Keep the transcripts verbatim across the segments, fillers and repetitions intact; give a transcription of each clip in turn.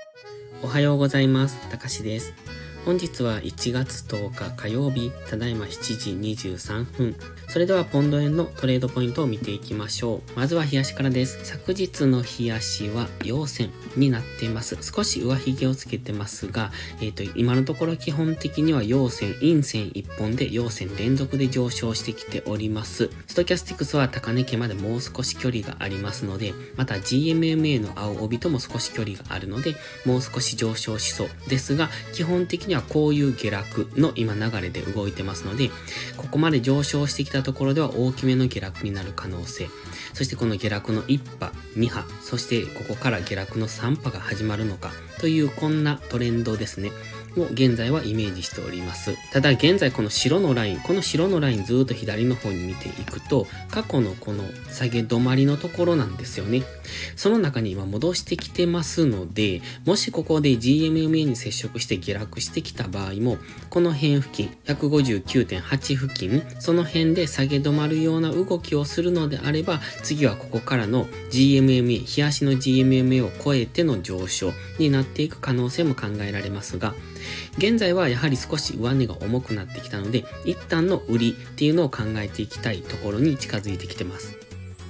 おはようございます。たかしです。本日はいちがつとおか火曜日、ただいましちじにじゅうさんぷん。それではポンド円のトレードポイントを見ていきましょう。まずは冷やしからです。昨日の冷やしは陽線になっています。少し上髭をつけてますが、えっと、今のところ基本的には陽線、陰線いっぽんで陽線連続で上昇してきております。ストキャスティクスは高値圏までもう少し距離がありますので、また ジーエムエムエー の青帯とも少し距離があるので、もう少し上昇しそうですが、基本的にはこういう下落の今流れで動いてますので、ここまで上昇してきたところでは大きめの下落になる可能性、そしてこの下落のいっ波、に波、そしてここから下落のさん波が始まるのかというこんなトレンドですね。を現在はイメージしております。ただ現在この白のライン、この白のラインずーっと左の方に見ていくと、過去のこの下げ止まりのところなんですよね。その中に今戻してきてますので、もしここで ジーエムエムエー に接触して下落してきた場合も、この辺付近、ひゃくごじゅうきゅうてんはち 付近、その辺で下げ止まるような動きをするのであれば、次はここからの ジーエムエムエー、冷やしの ジーエムエムエー を超えての上昇になっていく可能性も考えられますが、現在はやはり少し上値が重くなってきたので、一旦の売りっていうのを考えていきたいところに近づいてきてます。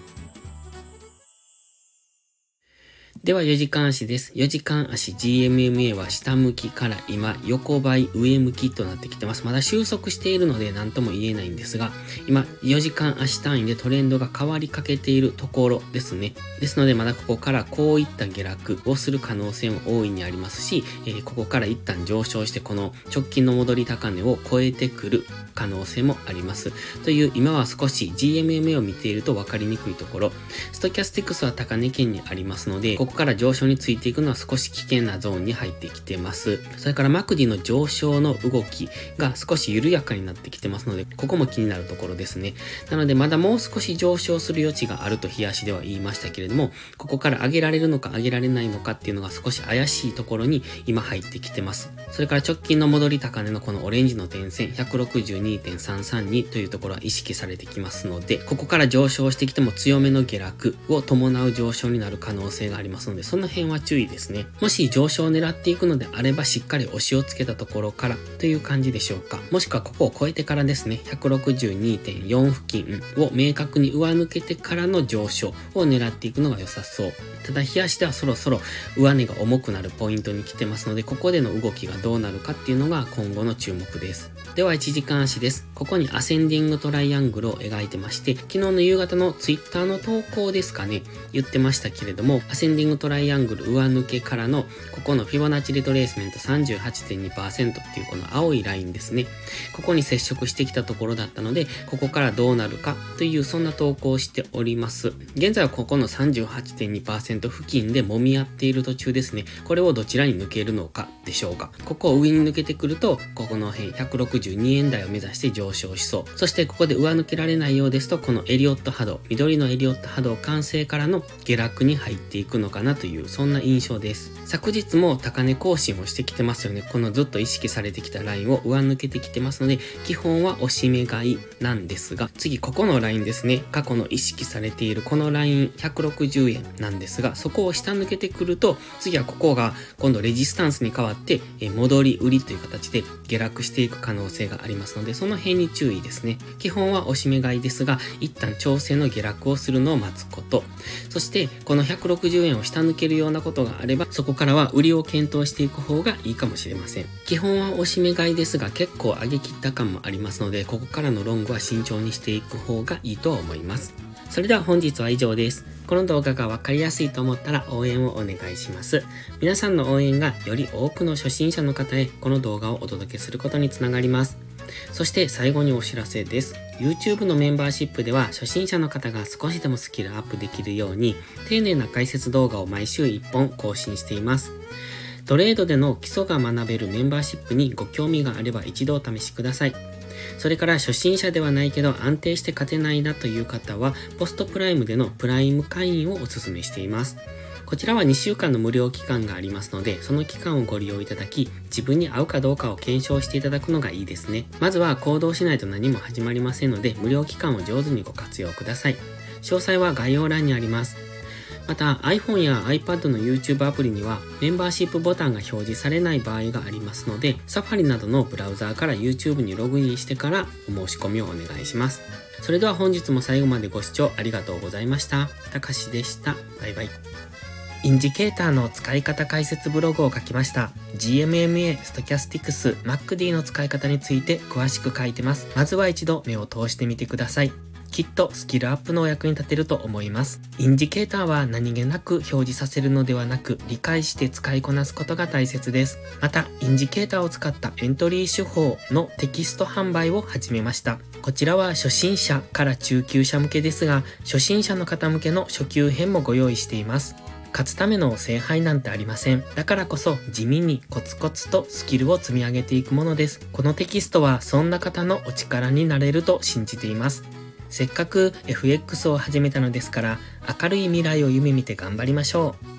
ではよじかん足です。よじかん足 ジーエムエムエー は下向きから今横ばい上向きとなってきてます。まだ収束しているので何とも言えないんですが、今よじかん足単位でトレンドが変わりかけているところですね。ですのでまだここからこういった下落をする可能性も大いにありますし、えー、ここから一旦上昇してこの直近の戻り高値を超えてくる可能性もあります。という今は少し ジーエムエムエー を見ていると分かりにくいところ、ストキャスティクスは高値圏にありますので、ここから上昇についていくのは少し危険なゾーンに入ってきてます。それからマクディの上昇の動きが少し緩やかになってきてますので、ここも気になるところですね。なのでまだもう少し上昇する余地があると冷やしでは言いましたけれども、ここから上げられるのか上げられないのかっていうのが少し怪しいところに今入ってきてます。それから直近の戻り高値のこのオレンジの点線 ひゃくろくじゅうにてんさんさんに というところは意識されてきますので、ここから上昇してきても強めの下落を伴う上昇になる可能性がありますので、その辺は注意ですね。もし上昇を狙っていくのであれば、しっかり押しをつけたところからという感じでしょうか。もしくはここを超えてからですね、ひゃくろくじゅうにてんよん 付近を明確に上抜けてからの上昇を狙っていくのが良さそう。ただ冷やしではそろそろ上値が重くなるポイントに来てますので、ここでの動きがどうなるかっていうのが今後の注目です。ではいちじかん足です。ここにアセンディングトライアングルを描いてまして、昨日の夕方のツイッターの投稿ですかね、言ってましたけれども、アセンディングトライアングル上抜けからのここのフィボナッチリトレースメント さんじゅうはちてんにパーセント っていうこの青いラインですね。ここに接触してきたところだったので、ここからどうなるかというそんな投稿をしております。現在はここの さんじゅうはちてんにパーセント 付近で揉み合っている途中ですね。これをどちらに抜けるのかでしょうか。ここを上に抜けてくると、ここの辺ひゃくろくじゅうにえん台を目指して上昇しそう。そしてここで上抜けられないようですと、このエリオット波動、緑のエリオット波動完成からの下落に入っていくのかなという、そんな印象です。昨日も高値更新をしてきてますよね。このずっと意識されてきたラインを上抜けてきてますので、基本は押し目買いなんですが、次ここのラインですね。過去の意識されているこのラインひゃくろくじゅうえんなんですが、そこを下抜けてくると、次はここが今度レジスタンスに変わってえ戻り売りという形で下落していく可能性がありますので、その辺に注意ですね。基本は押し目買いですが、一旦調整の下落をするのを待つこと。そしてこのひゃくろくじゅうえんを下抜けるようなことがあれば、そこからは売りを検討していく方がいいかもしれません。基本は押し目買いですが、結構上げ切った感もありますので、ここからのロングは慎重にしていく方がいいと思います。それでは本日は以上です。この動画がわかりやすいと思ったら応援をお願いします。皆さんの応援がより多くの初心者の方へこの動画をお届けすることにつながります。そして最後にお知らせです。YouTube のメンバーシップでは初心者の方が少しでもスキルアップできるように丁寧な解説動画を毎週いっぽん更新しています。トレードでの基礎が学べるメンバーシップにご興味があれば一度お試しください。それから初心者ではないけど安定して勝てないなという方はポストプライムでのプライム会員をお勧めしています。こちらはにしゅうかんの無料期間がありますので、その期間をご利用いただき、自分に合うかどうかを検証していただくのがいいですね。まずは行動しないと何も始まりませんので、無料期間を上手にご活用ください。詳細は概要欄にあります。 また iPhone や iPad の YouTube アプリにはメンバーシップボタンが表示されない場合がありますので、Safari などのブラウザーから YouTube にログインしてからお申し込みをお願いします。それでは本日も最後までご視聴ありがとうございました。たかしでした。バイバイ。インジケーターの使い方解説ブログを書きました。ジーエムエムエー、Stochastics、マックディ の使い方について詳しく書いてます。まずは一度目を通してみてください。きっとスキルアップのお役に立てると思います。インジケーターは何気なく表示させるのではなく、理解して使いこなすことが大切です。また、インジケーターを使ったエントリー手法のテキスト販売を始めました。こちらは初心者から中級者向けですが、初心者の方向けの初級編もご用意しています。勝つための聖杯なんてありません。だからこそ地味にコツコツとスキルを積み上げていくものです。このテキストはそんな方のお力になれると信じています。せっかく エフエックス を始めたのですから、明るい未来を夢見て頑張りましょう。